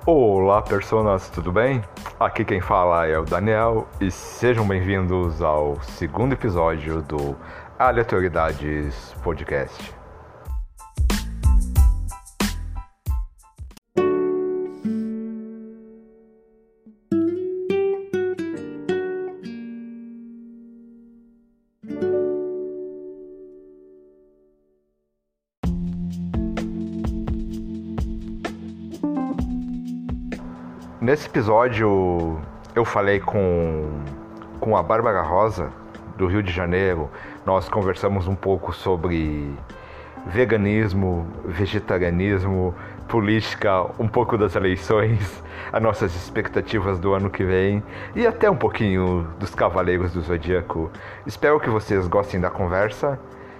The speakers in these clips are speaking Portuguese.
Olá, personas, tudo bem? Aqui quem fala é o Daniel e sejam bem-vindos ao segundo episódio do Aleatoriedades Podcast. Nesse episódio eu falei com a Bárbara Rosa, do Rio de Janeiro. Nós conversamos um pouco sobre veganismo, vegetarianismo, política, um pouco das eleições, as nossas expectativas do ano que vem e até um pouquinho dos Cavaleiros do Zodíaco. Espero que vocês gostem da conversa,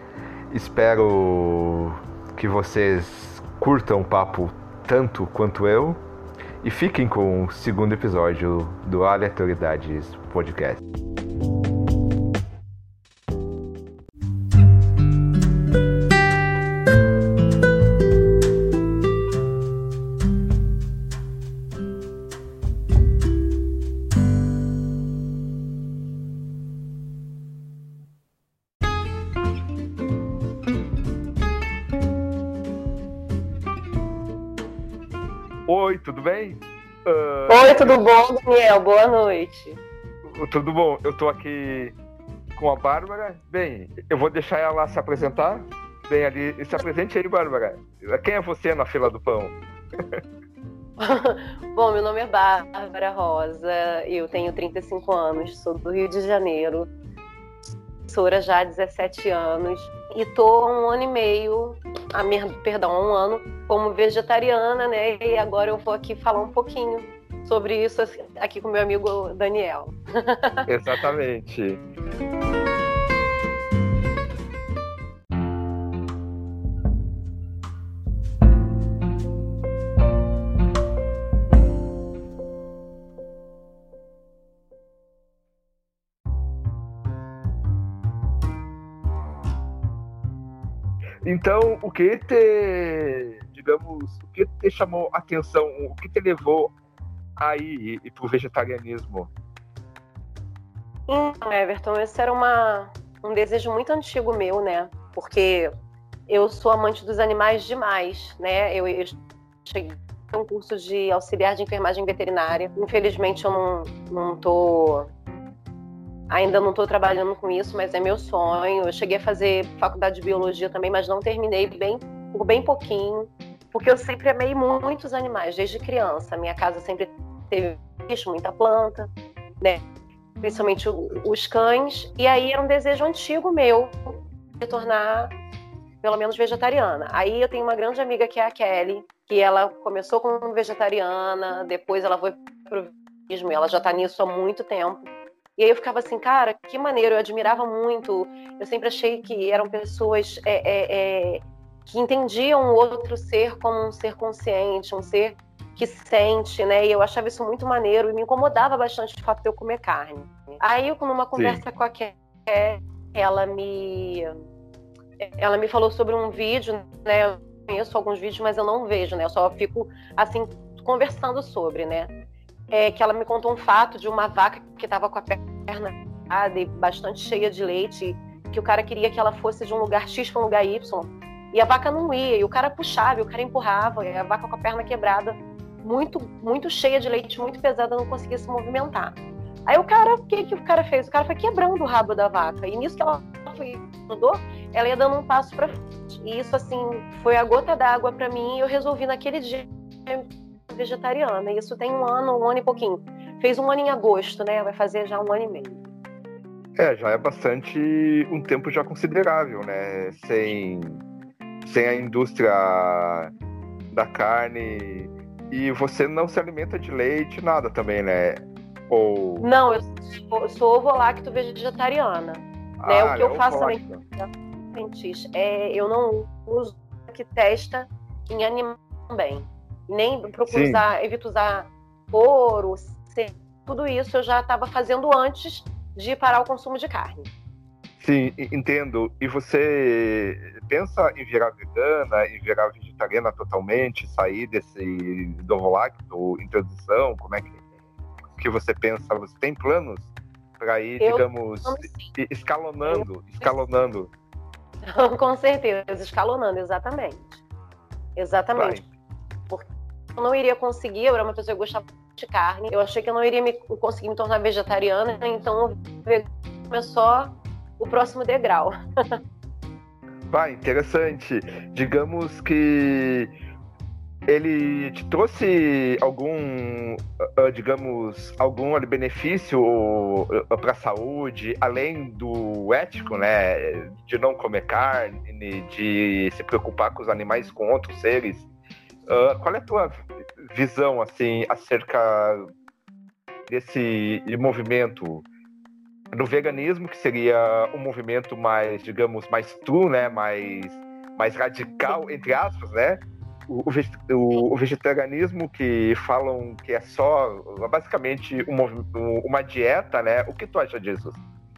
espero que vocês curtam o papo tanto quanto eu. E fiquem com o segundo episódio do Aleatoriedades Podcast. Oi, tudo bem? Oi, tudo bom, Daniel? Boa noite. Tudo bom, eu tô aqui com a Bárbara. Bem, eu vou deixar ela se apresentar. Bem, ali, se apresente aí, Bárbara. Quem é você na fila do pão? Bom, meu nome é Bárbara Rosa, eu tenho 35 anos, sou do Rio de Janeiro, sou já há 17 anos e tô há um ano e meio, um ano, como vegetariana, né? E agora eu vou aqui falar um pouquinho sobre isso aqui com meu amigo Daniel. Exatamente. Então, o que te chamou a atenção, o que te levou aí pro vegetarianismo? Everton, esse era um desejo muito antigo meu, né? Porque eu sou amante dos animais demais, né? Eu cheguei a um curso de auxiliar de enfermagem veterinária. Infelizmente, eu ainda não estou trabalhando com isso, mas é meu sonho. Eu cheguei a fazer faculdade de biologia também, mas não terminei por bem pouquinho, porque eu sempre amei muitos animais, desde criança. Minha casa sempre teve bicho, muita planta, né? Principalmente os cães. E aí era um desejo antigo meu de tornar, pelo menos, vegetariana. Aí eu tenho uma grande amiga que é a Kelly, que ela começou como vegetariana, depois ela foi pro veganismo, ela já está nisso há muito tempo. E aí eu ficava assim, cara, que maneiro, eu admirava muito. Eu sempre achei que eram pessoas que entendiam o outro ser como um ser consciente, um ser que sente, né? E eu achava isso muito maneiro e me incomodava bastante o fato de eu comer carne. Aí, numa conversa com a Kelly, ela me falou sobre um vídeo, né? Eu conheço alguns vídeos, mas eu não vejo, né? Eu só fico, assim, conversando sobre, né? Que ela me contou um fato de uma vaca que estava com a perna e bastante cheia de leite, que o cara queria que ela fosse de um lugar X para um lugar Y, e a vaca não ia, e o cara puxava, e o cara empurrava, e a vaca com a perna quebrada, muito, muito cheia de leite, muito pesada, não conseguia se movimentar. Aí o que o cara fez? O cara foi quebrando o rabo da vaca, e nisso que ela mudou, ela ia dando um passo para frente. E isso, assim, foi a gota d'água para mim, e eu resolvi naquele dia vegetariana. Isso tem um ano e pouquinho. Fez um ano em agosto, né? Vai fazer já um ano e meio. Já é bastante, um tempo já considerável, né? Sem a indústria da carne. E você não se alimenta de leite, nada também, né? Ou... Não, eu sou ovo-lacto vegetariana. Né? O que eu faço também, eu não uso que testa em animal também. Nem procuro evito usar couro, tudo isso eu já estava fazendo antes de parar o consumo de carne. Sim, entendo. E você pensa em virar vegana, em virar vegetariana totalmente, sair desse do lacto em transição? Como é que você pensa? Você tem planos para ir, Eu, digamos, escalonando? com certeza, escalonando, exatamente. Vai. Exatamente. Porque eu não iria conseguir, eu era uma pessoa que gostava de carne, eu achei que eu não iria conseguir me tornar vegetariana, então o vegano é só o próximo degrau. Vai, interessante. Digamos que ele te trouxe digamos, algum benefício para a saúde, além do ético, né, de não comer carne, de se preocupar com os animais, com outros seres. Qual é a tua visão, assim, acerca desse movimento do veganismo, que seria um movimento mais, digamos, mais true, né, mais radical, entre aspas, né? O vegetarianismo, que falam que é só basicamente uma dieta, né? O que tu acha disso?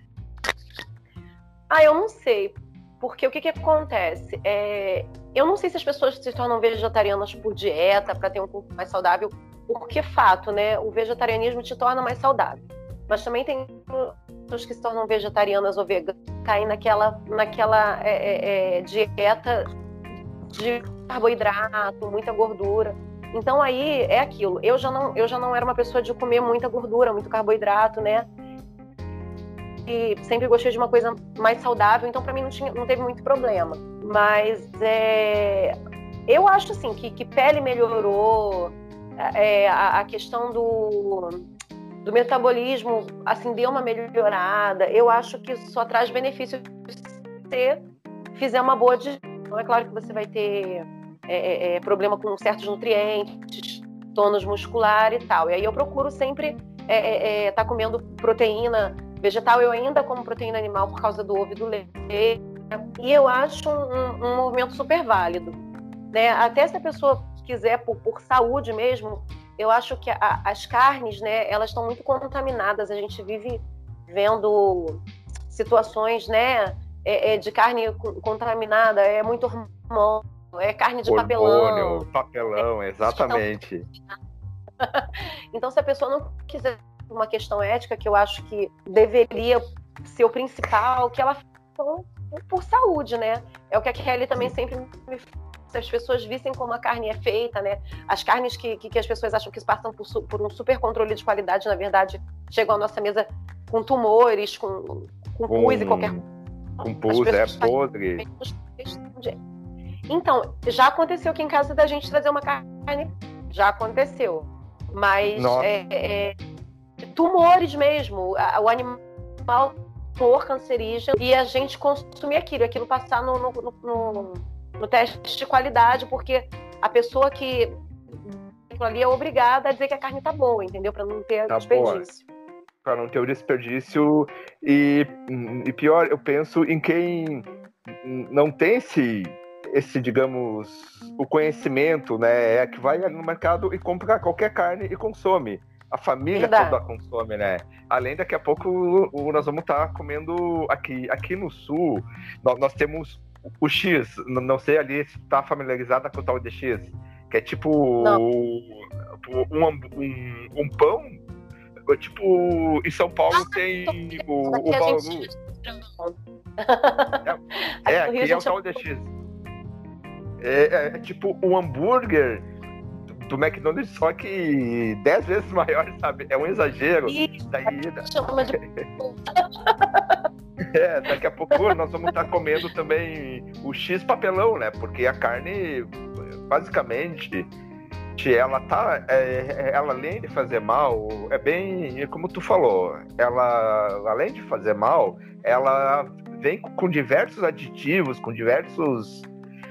Eu não sei, porque o que acontece? Eu não sei se as pessoas se tornam vegetarianas por dieta, para ter um corpo mais saudável, porque fato, né? O vegetarianismo te torna mais saudável. Mas também tem pessoas que se tornam vegetarianas ou veganas, caem naquela dieta de carboidrato, muita gordura. Então aí é aquilo. Eu já não era uma pessoa de comer muita gordura, muito carboidrato, né? E sempre gostei de uma coisa mais saudável, então para mim não teve muito problema. Mas eu acho assim que pele melhorou, a questão do metabolismo assim deu uma melhorada. Eu acho que só traz benefícios se você fizer uma boa digestão. É claro que você vai ter problema com certos nutrientes, tônus muscular e tal. E aí eu procuro sempre tá comendo proteína vegetal. Eu ainda como proteína animal por causa do ovo e do leite. E eu acho um movimento super válido, né? Até se a pessoa quiser por saúde mesmo, eu acho que as carnes, né, elas estão muito contaminadas. A gente vive vendo situações, né, de carne contaminada, muito hormônio, carne de papelão, exatamente. Então, se a pessoa não quiser uma questão ética, que eu acho que deveria ser o principal, que ela por saúde, né? É o que a Kelly também sempre me fala. Se as pessoas vissem como a carne é feita, né? As carnes que as pessoas acham que passam por um super controle de qualidade, na verdade, chegam à nossa mesa com tumores, com pus e qualquer coisa. Com pus, podre. Então, já aconteceu aqui em casa da gente trazer uma carne, já aconteceu. Mas tumores mesmo, o animal for cancerígeno e a gente consumir aquilo passar no teste de qualidade, porque a pessoa que ali é obrigada a dizer que a carne tá boa, entendeu? Para não ter desperdício. Para não ter o desperdício e pior, eu penso em quem não tem esse, digamos, o conhecimento, né? Que vai ali no mercado e compra qualquer carne e consome. A família toda consome, né? Além, daqui a pouco, nós vamos estar comendo aqui no sul. Nós temos o X, não sei ali se está familiarizada com o tal de X, que é tipo um pão. Tipo, em São Paulo tem o Bauru. Aqui é o tal de X. É tipo um hambúrguer do McDonald's, só que 10 vezes maior, sabe? É um exagero. Chama de... daqui a pouco nós vamos estar comendo também o X papelão, né? Porque a carne, basicamente, ela além de fazer mal, é bem como tu falou, ela, além de fazer mal, ela vem com diversos aditivos, com diversos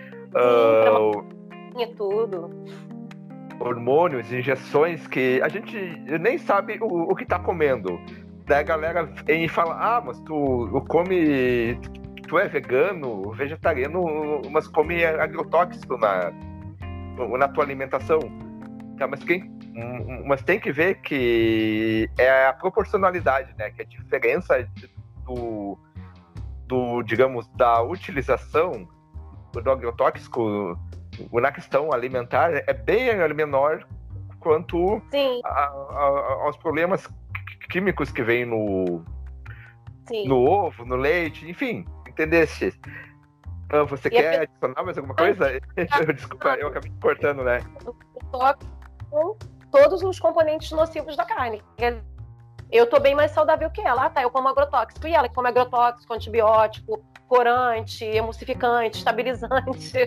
tudo. Hormônios, injeções que a gente nem sabe o que tá comendo. Daí a galera vem e fala, mas tu come, tu é vegano, vegetariano, mas come agrotóxico na tua alimentação. Tá, mas tem que ver que é a proporcionalidade, né? Que a diferença do digamos, da utilização do agrotóxico na questão alimentar é bem menor quanto aos problemas químicos que vêm no ovo, no leite, enfim, entendesse? Você quer adicionar mais alguma coisa? Desculpa, eu acabei cortando, né? Com todos os componentes nocivos da carne. Eu tô bem mais saudável que ela. Tá, eu como agrotóxico. E ela que come agrotóxico, antibiótico, corante, emulsificante, estabilizante.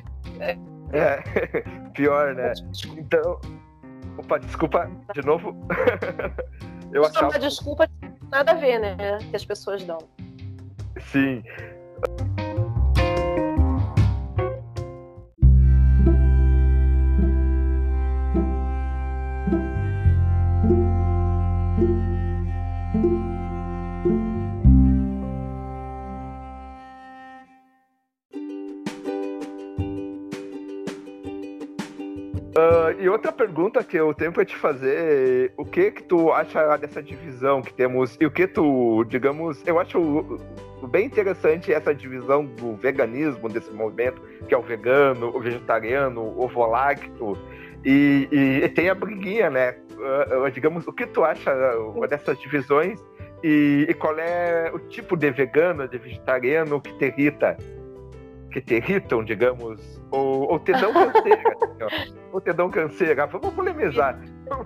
Pior, né? Então... Opa, desculpa, de novo. Uma desculpa nada a ver, né? Que as pessoas dão. Sim. E outra pergunta que eu tenho pra te fazer, o que tu acha dessa divisão que temos, e o que tu, digamos, eu acho bem interessante essa divisão do veganismo, desse movimento, que é o vegano, o vegetariano, o ovo-lacto, e tem a briguinha, né? Digamos, o que tu acha dessas divisões e qual é o tipo de vegano, de vegetariano que te irrita? Que te irritam, digamos, ou te dão canseira, ou te dão canseira. Vamos polemizar.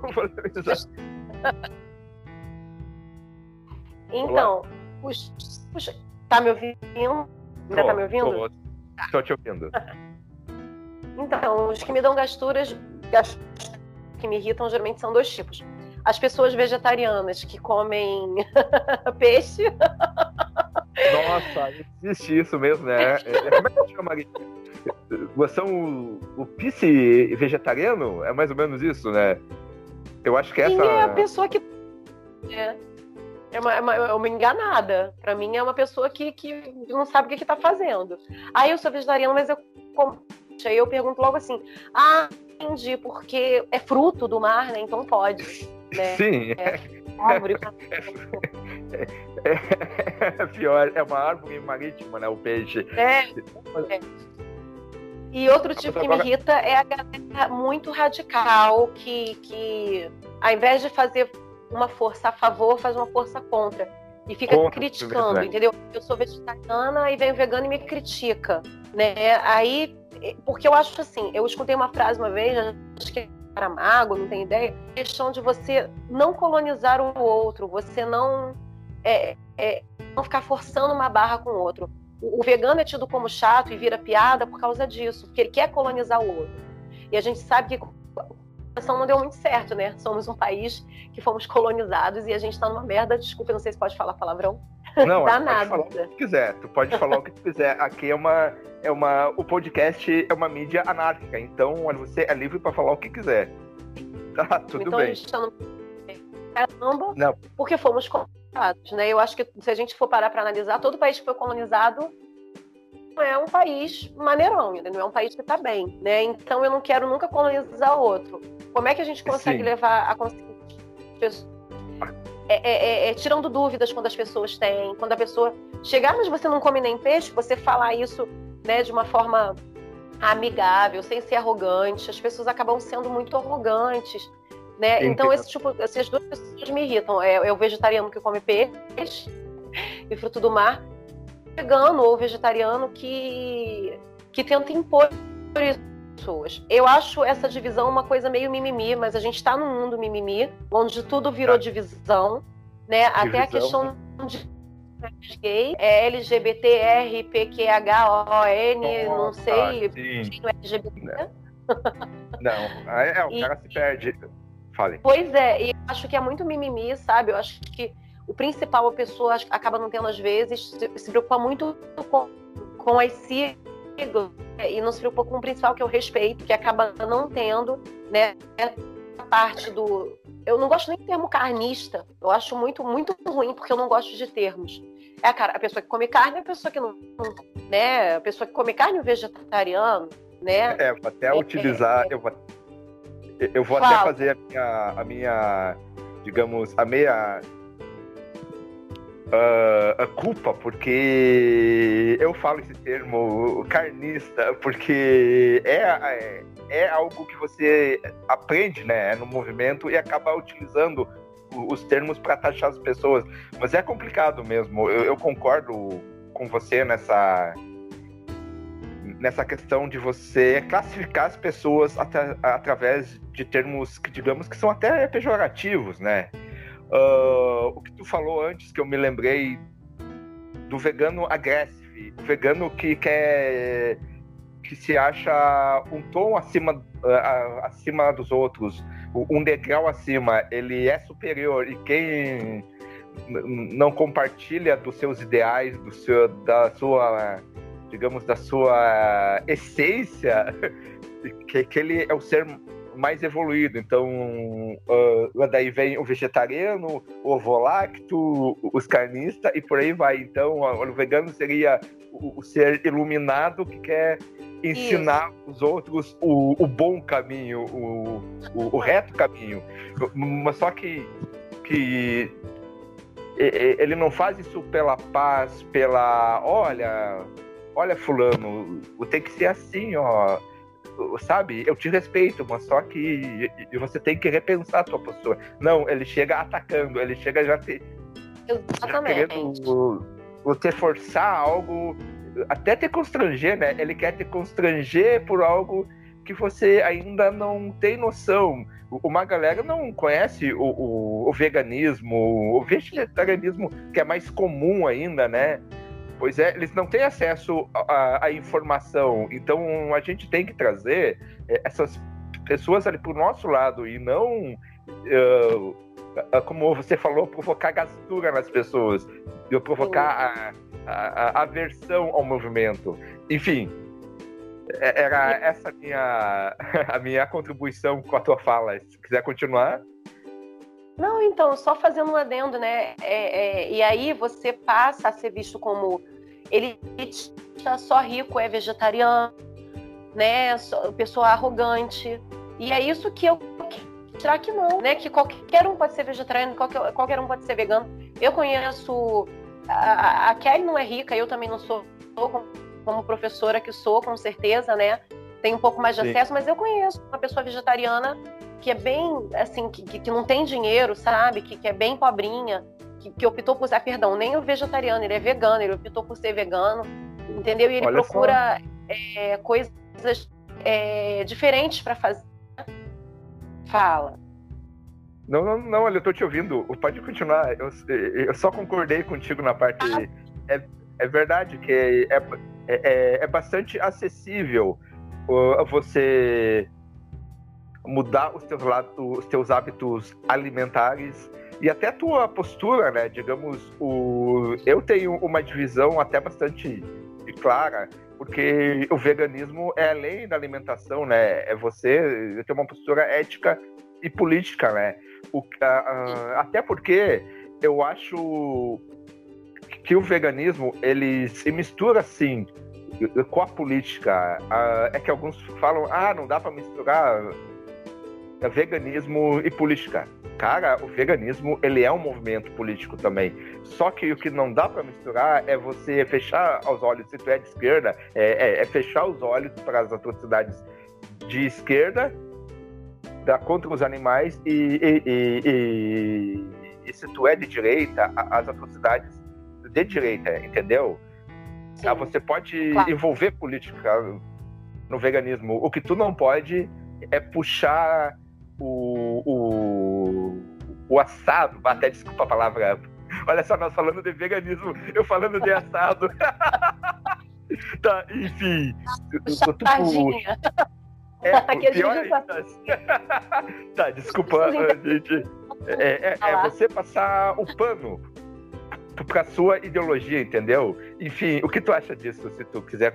Então, tá me ouvindo? Ainda tá me ouvindo? Tô te ouvindo. Então, os que me dão gasturas que me irritam geralmente são dois tipos. As pessoas vegetarianas que comem peixe. Nossa, existe isso mesmo, né? Como é que chama? Você é o pisse vegetariano? É mais ou menos isso, né? Eu acho que essa... Sim, é a pessoa que... É uma enganada. Pra mim é uma pessoa que não sabe o que tá fazendo. Aí eu sou vegetariana, mas eu como... Aí eu pergunto logo assim, entendi, porque é fruto do mar, né? Então pode. Né? Sim. Árvore. É pior, é uma árvore marítima, né? O peixe. E outro tipo que me irrita é a galera muito radical que ao invés de fazer uma força a favor, faz uma força contra. E fica criticando, entendeu? Eu sou vegetariana e vem vegano e me critica, né? Aí, porque eu acho assim, eu escutei uma frase uma vez, acho que era Mago, não tenho ideia, questão de você não colonizar o outro, você não ficar forçando uma barra com o outro. O vegano é tido como chato e vira piada por causa disso, porque ele quer colonizar o outro. E a gente sabe que a colonização não deu muito certo, né? Somos um país que fomos colonizados e a gente tá numa merda. Desculpa, não sei se pode falar palavrão. Não, pode falar o que tu quiser. Tu pode falar o que tu quiser. Aqui o podcast é uma mídia anárquica, então você é livre para falar o que quiser. Tá, tudo então, bem. A gente tá no... Caramba, porque fomos colonizados, né? Eu acho que se a gente for parar para analisar, todo país que foi colonizado não é um país maneirão, entendeu? É um país que tá bem, né? Então eu não quero nunca colonizar o outro. Como é que a gente consegue levar a consciência das pessoas? Tirando dúvidas quando as pessoas têm, quando a pessoa chegar, mas você não come nem peixe, você falar isso, né, de uma forma amigável, sem ser arrogante. As pessoas acabam sendo muito arrogantes, né? Então essas duas pessoas me irritam. É o vegetariano que come peixe e fruto do mar, vegano ou vegetariano que tenta impor pessoas. Eu acho essa divisão uma coisa meio mimimi, mas a gente está num mundo mimimi, onde tudo virou divisão, né? Até a questão de gay, LGBTRPQHON, não sei, não é LGBT. Não, o cara se perde. Fale. Pois é, e eu acho que é muito mimimi, sabe? Eu acho que o principal, a pessoa acaba não tendo, às vezes, se preocupa muito com as siglas e não se preocupa com o principal, que é o respeito, que acaba não tendo, né? A parte do... Eu não gosto nem do termo carnista, eu acho muito, muito ruim, porque eu não gosto de termos. A pessoa que come carne, a pessoa que não, né? A pessoa que come carne, o vegetariano, né? Vou até utilizar, eu vou até fazer a minha, digamos, a meia... a culpa, porque eu falo esse termo carnista, porque é algo que você aprende, né, no movimento e acaba utilizando os termos para taxar as pessoas. Mas é complicado mesmo. Eu concordo com você nessa questão de você classificar as pessoas através de termos que, digamos, que são até pejorativos, né? O que tu falou antes, que eu me lembrei do vegano agressivo, o vegano que se acha um tom acima dos outros, um degrau acima, ele é superior, e quem não compartilha dos seus ideais, da sua essência, que ele é o ser mais evoluído. Então, daí vem o vegetariano, o ovo-lacto, os carnistas e por aí vai. Então, o vegano seria o ser iluminado que quer ensinar os outros o bom caminho, o reto caminho. Mas só que ele não faz isso pela paz, olha fulano, tem que ser assim, ó, sabe? Eu te respeito, mas só que você tem que repensar a tua postura. Não, ele chega atacando, ele chega já querendo você forçar algo, até te constranger, né? Ele quer te constranger por algo que você ainda não tem noção. Uma galera não conhece o veganismo, o vegetarianismo, que é mais comum ainda, né? Pois é, eles não têm acesso à informação. Então a gente tem que trazer essas pessoas ali pro nosso lado e não, como você falou, provocar gastura nas pessoas, provocar a aversão ao movimento. Enfim, era essa a minha contribuição com a tua fala. Se quiser continuar. Não, então, só fazendo um adendo, né? E aí você passa a ser visto como elitista, só rico é vegetariano, né? Pessoa arrogante. E é isso que eu será que não, né? Que qualquer um pode ser vegetariano, qualquer um pode ser vegano. Eu conheço a Kelly não é rica, eu também não sou como professora que sou, com certeza, né? Tem um pouco mais de acesso, mas eu conheço uma pessoa vegetariana que é bem, assim, que não tem dinheiro, sabe? Que é bem pobrinha, que optou por ser, perdão, nem o vegetariano, ele é vegano, ele optou por ser vegano, entendeu? E ele procura coisas diferentes para fazer. Fala. Não, olha, eu tô te ouvindo, pode continuar, eu só concordei contigo na parte... É verdade que é bastante acessível você mudar os teus hábitos alimentares e até a tua postura, né? Digamos, eu tenho uma divisão até bastante clara, porque o veganismo é além da alimentação, né? É você ter uma postura ética e política, né? Até porque eu acho que o veganismo, ele se mistura, assim, com a política. É que alguns falam, não dá para misturar veganismo e política. Cara, o veganismo, ele é um movimento político também. Só que o que não dá para misturar é você fechar os olhos, se tu é de esquerda, fechar os olhos para as atrocidades de esquerda, contra os animais, e se tu é de direita, as atrocidades de direita, entendeu? Você pode envolver política no veganismo. O que tu não pode é puxar o assado, até desculpa a palavra. Olha só, nós falando de veganismo, eu falando de assado. Tá, enfim. Pior ainda. Tá, desculpa, gente. Você passar o pano pra sua ideologia, entendeu? Enfim, o que tu acha disso? Se tu quiser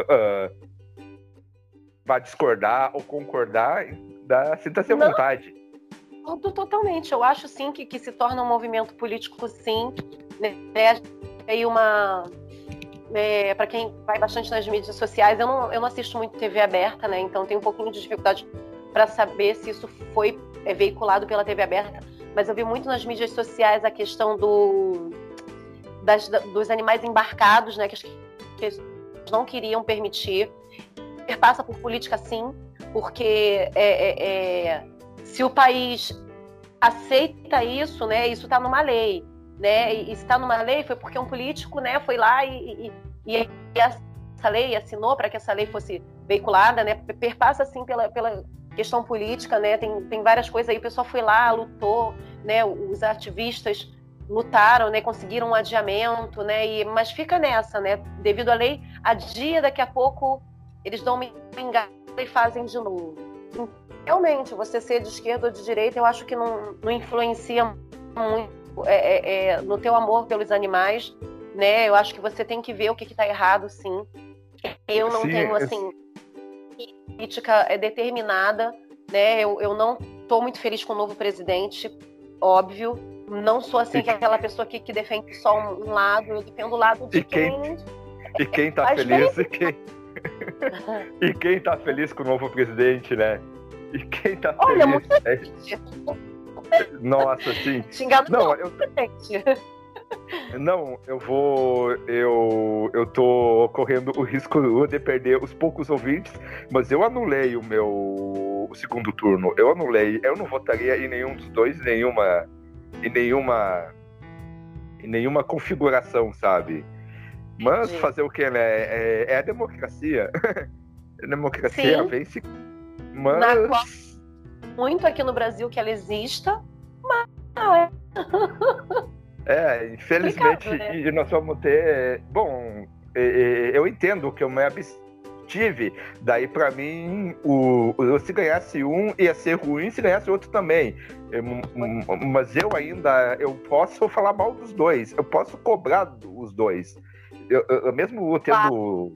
vai discordar ou concordar, sinta-se à vontade. Totalmente. Eu acho, sim, que se torna um movimento político, sim. Né? Aí para quem vai bastante nas mídias sociais, eu não assisto muito TV aberta, né? Então tenho um pouquinho de dificuldade para saber se isso foi veiculado pela TV aberta. Mas eu vi muito nas mídias sociais a questão dos animais embarcados, né, que eles não queriam permitir. Passa por política, sim, porque se o país aceita isso, né, isso está numa lei, né, e se está numa lei foi porque um político, né, foi lá e essa lei assinou para que essa lei fosse veiculada, né, perpassa assim pela questão política, né, tem várias coisas aí, o pessoal foi lá, lutou, né, os ativistas lutaram, né, conseguiram um adiamento, né, mas fica nessa, né, devido à lei, adia, daqui a pouco eles dão uma engada e fazem de novo. Realmente, você ser de esquerda ou de direita, eu acho que não influencia muito no teu amor pelos animais, né, eu acho que você tem que ver o que está errado, sim. Eu não tenho, assim, política determinada, né, eu não estou muito feliz com o novo presidente, óbvio. Não sou assim que aquela pessoa que defende só um lado, eu defendo o lado de quem tá feliz e quem tá feliz com o novo presidente, né? E quem tá feliz. Muita gente. Nossa, sim. Xingando não, eu tô correndo o risco de perder os poucos ouvintes, mas eu anulei o meu segundo turno. Eu não votaria em nenhum dos dois, em nenhuma configuração, sabe? Mas fazer o que, né? É a democracia. A democracia vence. Mas... Na qual, muito aqui no Brasil que ela exista, mas não é. Infelizmente, né? E nós vamos ter... Bom, eu entendo que eu me abstive. Daí, pra mim, se ganhasse um, ia ser ruim, se ganhasse outro também. Mas eu posso falar mal dos dois. Eu posso cobrar os dois. Eu mesmo tendo...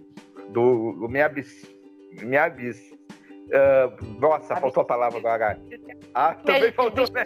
Nossa, faltou a palavra agora. Também faltou, né?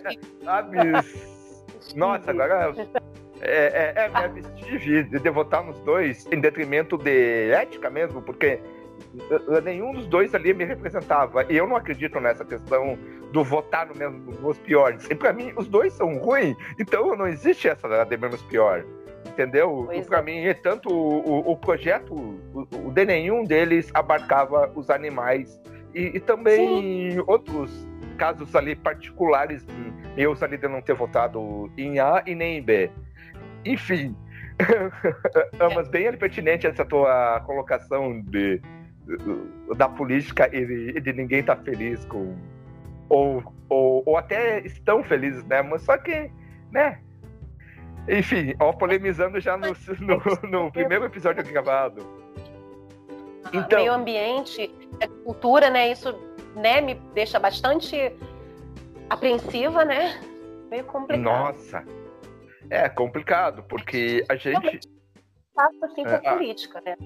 Nossa, agora me abstive de votar nos dois em detrimento de ética mesmo, porque nenhum dos dois ali me representava. E eu não acredito nessa questão do votar no mesmo dos piores. E pra mim, os dois são ruins, então não existe essa de menos pior. Entendeu? Pra mim, tanto o projeto, o de nenhum deles abarcava os animais e também outros casos ali particulares meus ali de não ter votado em A e nem em B. Enfim, mas bem pertinente essa tua colocação da política e de ninguém estar feliz com... Ou até estão felizes, né? Mas só que, né? Enfim, polemizando já no primeiro episódio gravado. Então, meio ambiente, cultura, né? Isso, né, me deixa bastante apreensiva, né? Meio complicado. Nossa, é complicado, porque a gente... Passa assim por política, né?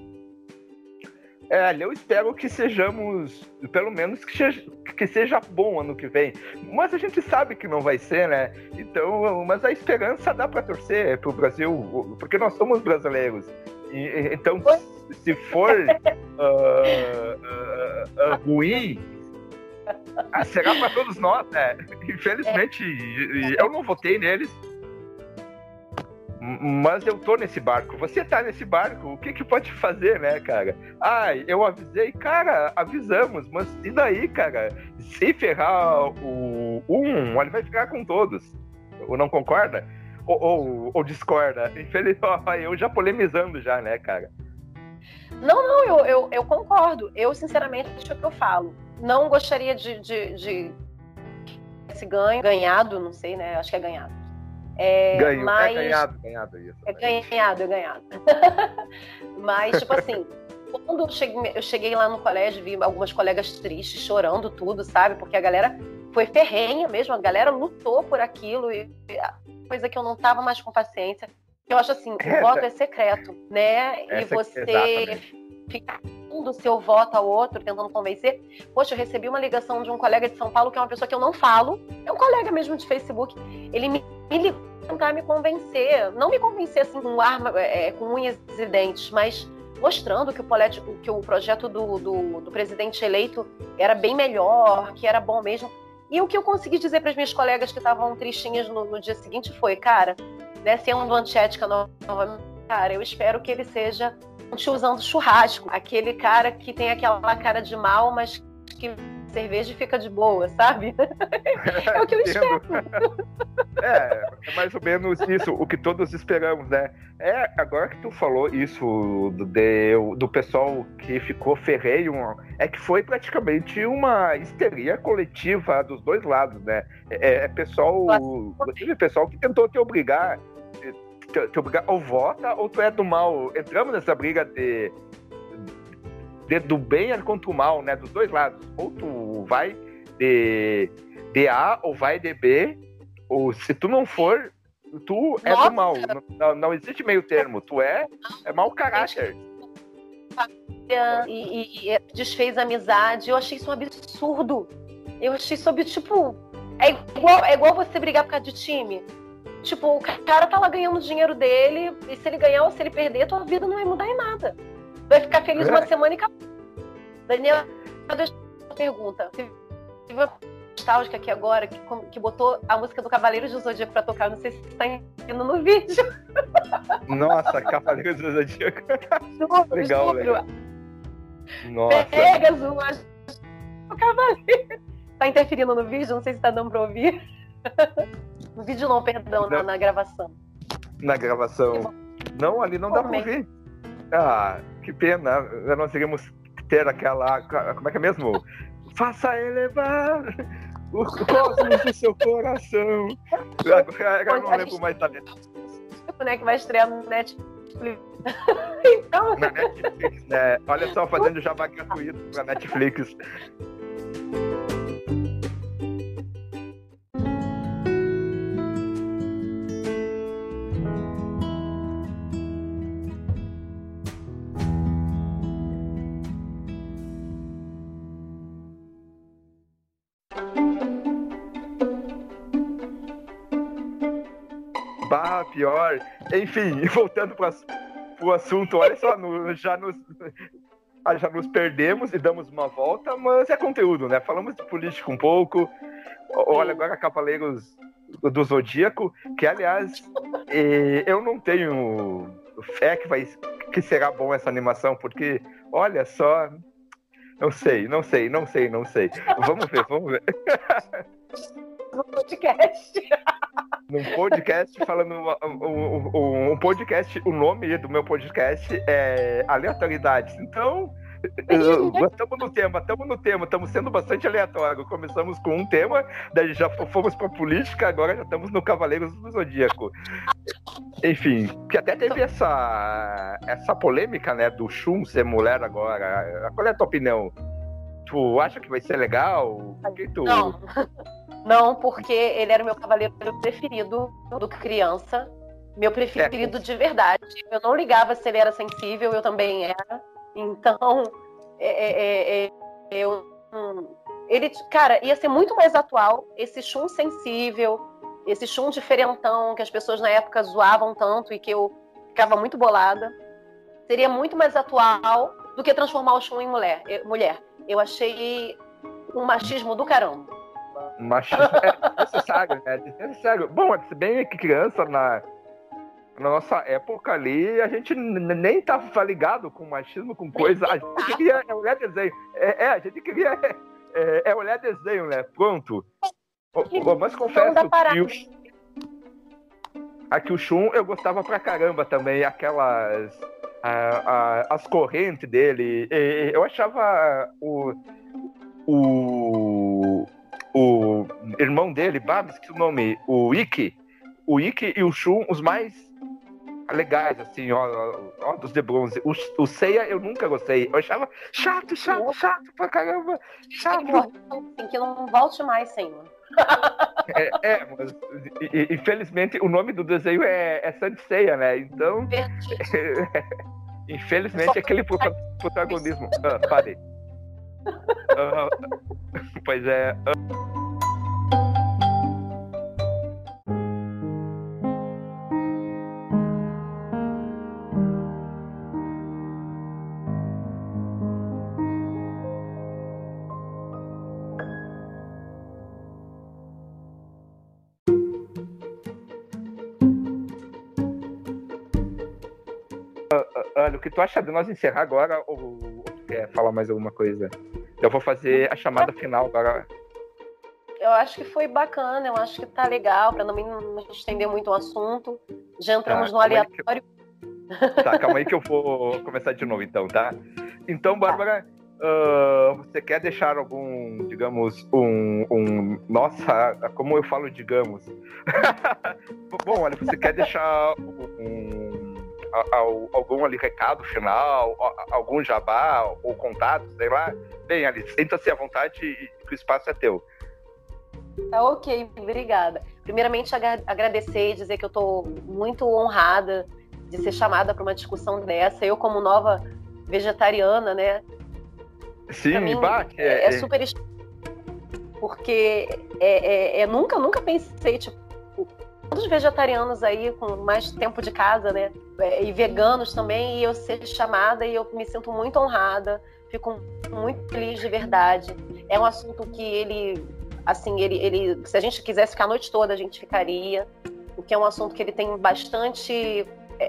Eu espero que sejamos, pelo menos que seja bom ano que vem. Mas a gente sabe que não vai ser, né? Então, mas a esperança dá para torcer pro Brasil, porque nós somos brasileiros. Então, se for ruim, será para todos nós, né? Infelizmente, eu não votei neles. Mas eu tô nesse barco. Você tá nesse barco, o que pode fazer, né, cara? Eu avisei, cara, avisamos, mas e daí, cara? Se ferrar ele vai ficar com todos. Ou não concorda? Ou discorda? Infelizmente, eu já polemizando já, né, cara? Não, eu concordo. Eu, sinceramente, é o que eu falo. Não gostaria de esse ganhado, não sei, né? Acho que é ganhado. Mas... ganhado isso. É ganhado. Mas, tipo assim, quando eu cheguei lá no colégio, vi algumas colegas tristes, chorando tudo, sabe? Porque a galera foi ferrenha mesmo, a galera lutou por aquilo, e coisa que eu não tava mais com paciência. Eu acho assim, o voto é secreto, né? E você fica do seu voto ao outro, tentando convencer. Poxa, eu recebi uma ligação de um colega de São Paulo, que é uma pessoa que eu não falo, é um colega mesmo de Facebook. Ele me ligou tentar me convencer, não me convencer assim com arma, com unhas e dentes, mas mostrando que o projeto do presidente eleito era bem melhor, que era bom mesmo. E o que eu consegui dizer para as minhas colegas que estavam tristinhas no dia seguinte foi, cara, né, sendo antiética novamente, cara, eu espero que ele seja um tiozão do churrasco. Aquele cara que tem aquela cara de mal, mas que cerveja fica de boa, sabe? É o que eu espero. É mais ou menos isso, o que todos esperamos, né? Agora que tu falou isso do pessoal que ficou ferreiro, é que foi praticamente uma histeria coletiva dos dois lados, né? Pessoal que tentou te obrigar ou vota ou tu é do mal. Entramos nessa briga do bem contra o mal, né? Dos dois lados. Ou tu vai de A ou vai de B, ou se tu não for, tu é do mal. Não existe meio termo. Tu é mau caráter. E desfez a amizade. Eu achei isso um absurdo. Eu achei sobre, tipo... É igual você brigar por causa de time. Tipo, o cara tá lá ganhando o dinheiro dele, e se ele ganhar ou se ele perder, tua vida não vai mudar em nada. Vai ficar feliz uma semana e acabou. Daniel, deixa eu uma pergunta. Tive uma nostálgica aqui agora, que botou a música do Cavaleiros do Zodíaco pra tocar. Não sei se você tá indo no vídeo. Nossa, Cavaleiros do Zodíaco. Legal. Nossa. Pegasus, o Cavaleiro. Tá interferindo no vídeo? Não sei se tá dando pra ouvir. No vídeo não, perdão, não. Na gravação. Na gravação. Não, ali não dá pra ouvir. Ah, que pena. Nós não conseguimos ter aquela... Como é que é mesmo? Faça elevar o cosmos do seu coração. Agora não lembro mais da letra. Né, que vai estrear no Netflix. Então... Na Netflix, né? Olha só, fazendo jabá gratuito pra Netflix. Pior. Enfim, voltando pro assunto, olha só, já nos perdemos e damos uma volta, mas é conteúdo, né? Falamos de política um pouco. Olha, agora Cavaleiros do Zodíaco, que aliás, eu não tenho fé que será bom essa animação, porque, olha só, não sei. Vamos ver. No podcast. Num podcast falando um podcast, o nome do meu podcast é Aleatoriedades. Então, estamos no tema, estamos sendo bastante aleatórios. Começamos com um tema, daí já fomos para política, agora já estamos no Cavaleiros do Zodíaco. Enfim, que até teve essa polêmica, né, do Shun ser mulher agora. Qual é a tua opinião? Tu acha que vai ser legal? Não, porque ele era o meu cavaleiro preferido do criança. Meu preferido de verdade. Eu não ligava se ele era sensível, eu também era. Então, ele, cara, ia ser muito mais atual esse Shun sensível, esse Shun diferentão que as pessoas na época zoavam tanto e que eu ficava muito bolada. Seria muito mais atual do que transformar o Shun em mulher. Eu achei um machismo do caramba. Machismo é necessário, né? Desnecessário. Bom, se bem que criança na nossa época ali, a gente nem tava ligado com machismo, com coisa. A gente queria olhar desenho. A gente queria olhar desenho, né? Pronto. Mas confesso que o Shun eu gostava pra caramba também. Aquelas... as correntes dele. Eu achava o irmão dele, esqueci o nome, o Ikki e o Shun, os mais legais, assim, ó dos de bronze. O Seiya eu nunca gostei. Eu achava chato pra caramba. Chato. Que não volte mais, senhor. Mas infelizmente o nome do desenho é Saint Seiya, né? Então, infelizmente aquele protagonismo. Parei. Pois é. olha, o que tu acha de nós encerrar agora ou tu quer falar mais alguma coisa? Eu vou fazer a chamada final agora. Eu acho que foi bacana, eu acho que tá legal, para não me estender muito o assunto. Já entramos no aleatório. Tá, calma aí que eu vou começar de novo então, tá? Então, Bárbara, você quer deixar algum, digamos, nossa, como eu falo, digamos. Bom, olha, você quer deixar algum ali recado final, algum jabá ou contato, sei lá? Bem, Alice, sinta-se à vontade e o espaço é teu. Tá, ok, obrigada. Primeiramente, agradecer e dizer que eu estou muito honrada de ser chamada para uma discussão dessa. Eu, como nova vegetariana, né? Sim, pra mim, é super... Porque nunca pensei, tipo, todos os vegetarianos aí com mais tempo de casa, né? E veganos também, e eu ser chamada, e eu me sinto muito honrada, fico muito feliz de verdade. É um assunto que ele, se a gente quisesse ficar a noite toda, a gente ficaria, porque é um assunto que ele tem bastante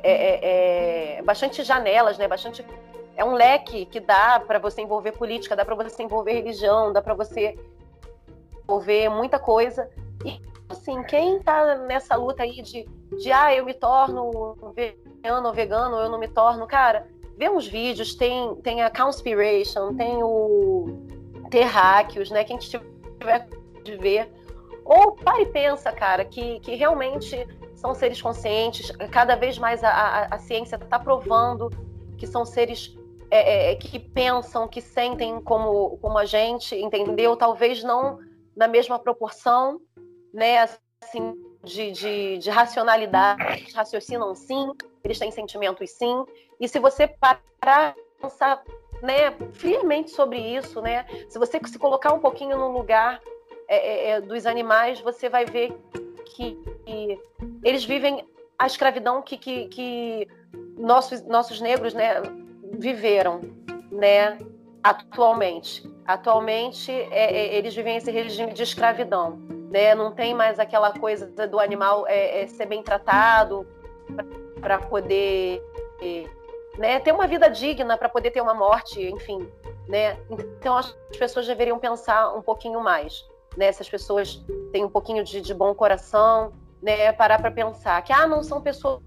janelas, né? É um leque que dá para você envolver política, dá para você envolver religião, dá para você envolver muita coisa. E, assim, quem tá nessa luta aí de eu me torno vegano, eu não me torno, cara, vê uns vídeos, tem a Conspiration, tem o Terráqueos, né? Quem tiver de ver. Ou para e pensa, cara, que realmente são seres conscientes. Cada vez mais a ciência está provando que são seres que pensam, que sentem como a gente, entendeu? Talvez não na mesma proporção, né? Assim, de racionalidade, raciocinam sim, eles têm sentimentos sim. E se você parar e pensar, né, friamente sobre isso, né? Se você se colocar um pouquinho no lugar dos animais, você vai ver que eles vivem a escravidão que nossos negros, né, viveram, né, atualmente. Atualmente, eles vivem esse regime de escravidão, né? Não tem mais aquela coisa do animal ser bem tratado para poder, né, ter uma vida digna, para poder ter uma morte, enfim, né? Então, as pessoas deveriam pensar um pouquinho mais, né? Se as pessoas têm um pouquinho de bom coração, né, parar para pensar que não são pessoas,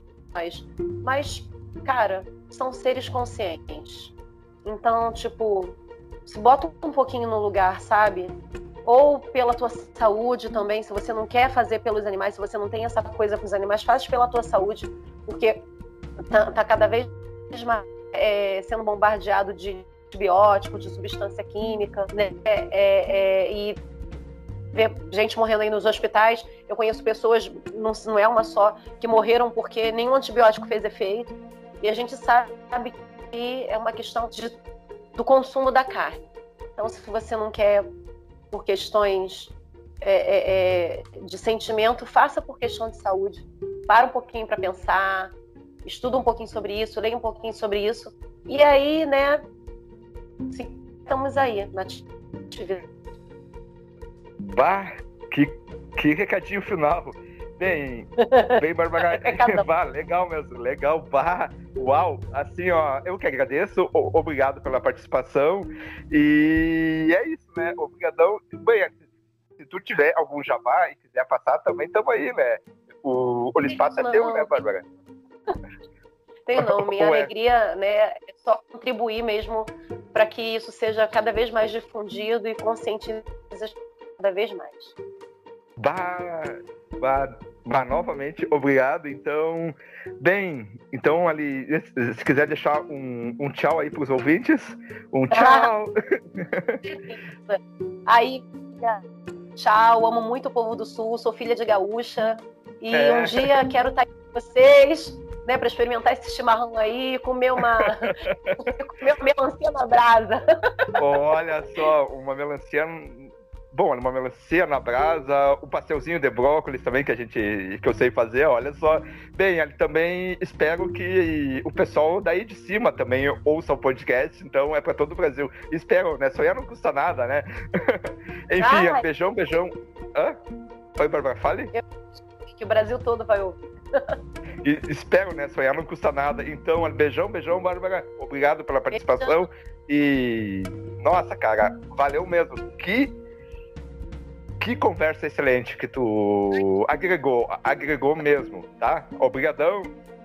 mas, cara, são seres conscientes. Então, tipo, se bota um pouquinho no lugar, sabe? Ou pela tua saúde também, se você não quer fazer pelos animais, se você não tem essa coisa com os animais, faz pela tua saúde, porque tá cada vez mais sendo bombardeado de antibiótico, de substância química, né? E ver gente morrendo aí nos hospitais. Eu conheço pessoas, não é uma só, que morreram porque nenhum antibiótico fez efeito. E a gente sabe que é uma questão do consumo da carne. Então, se você não quer por questões de sentimento, faça por questão de saúde. Para um pouquinho para pensar, estuda um pouquinho sobre isso, leia um pouquinho sobre isso. E aí, né, estamos aí na atividade. Bah, que recadinho final. Bem, Bárbara, legal mesmo, legal, bah, uau, assim, ó, eu que agradeço, obrigado pela participação, e é isso, né, obrigadão. Bem, se tu tiver algum jabá e quiser passar também, tamo aí, né, o espaço é teu, né, Bárbara? Tem não, minha alegria, né, é só contribuir mesmo para que isso seja cada vez mais difundido e conscientize cada vez mais. Novamente, obrigado. Então, ali, se quiser deixar um tchau aí para os ouvintes, um tchau. Aí, tchau, amo muito o povo do Sul, sou filha de gaúcha e um dia quero estar aqui com vocês, né, para experimentar esse chimarrão aí, comer uma melancia na brasa. Olha só, uma melancia. Bom, uma melancia na brasa, o pastelzinho de brócolis também que eu sei fazer, olha só. Bem, ali também espero que o pessoal daí de cima também ouça o podcast, então é para todo o Brasil. Espero, né? Sonhar não custa nada, né? Enfim, beijão. Oi, Bárbara, fale. Que o Brasil todo vai ouvir. E espero, né? Sonhar não custa nada. Então, beijão, Bárbara. Obrigado pela participação. E, nossa, cara, valeu mesmo. Que conversa excelente que tu agregou mesmo, tá? Obrigadão.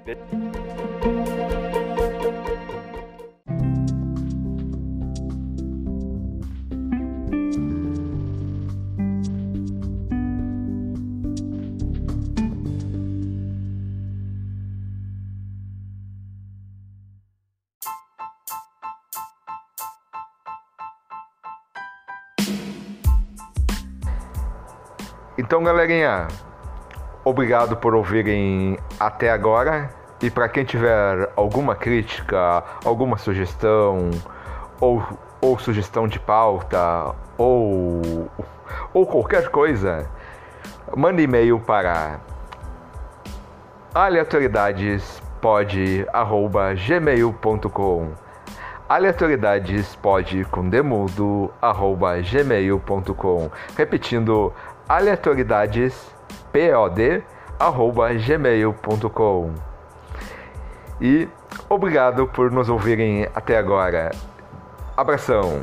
Então, galerinha, obrigado por ouvirem até agora. E para quem tiver alguma crítica, alguma sugestão, ou sugestão de pauta, ou qualquer coisa, manda e-mail para aleatoridadespod@gmail.com aleatoridadespod@gmail.com. Repetindo, aleatoridaspod@gmail.com. E obrigado por nos ouvirem até agora. Abração.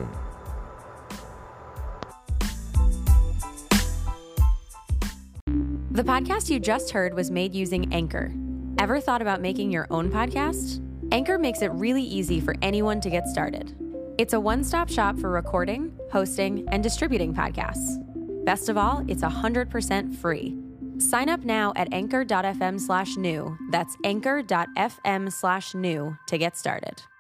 The podcast you just heard was made using Anchor. Ever thought about making your own podcast? Anchor makes it really easy for anyone to get started. It's a one-stop shop for recording, hosting, and distributing podcasts. Best of all, it's 100% free. Sign up now at anchor.fm/new. That's anchor.fm/new to get started.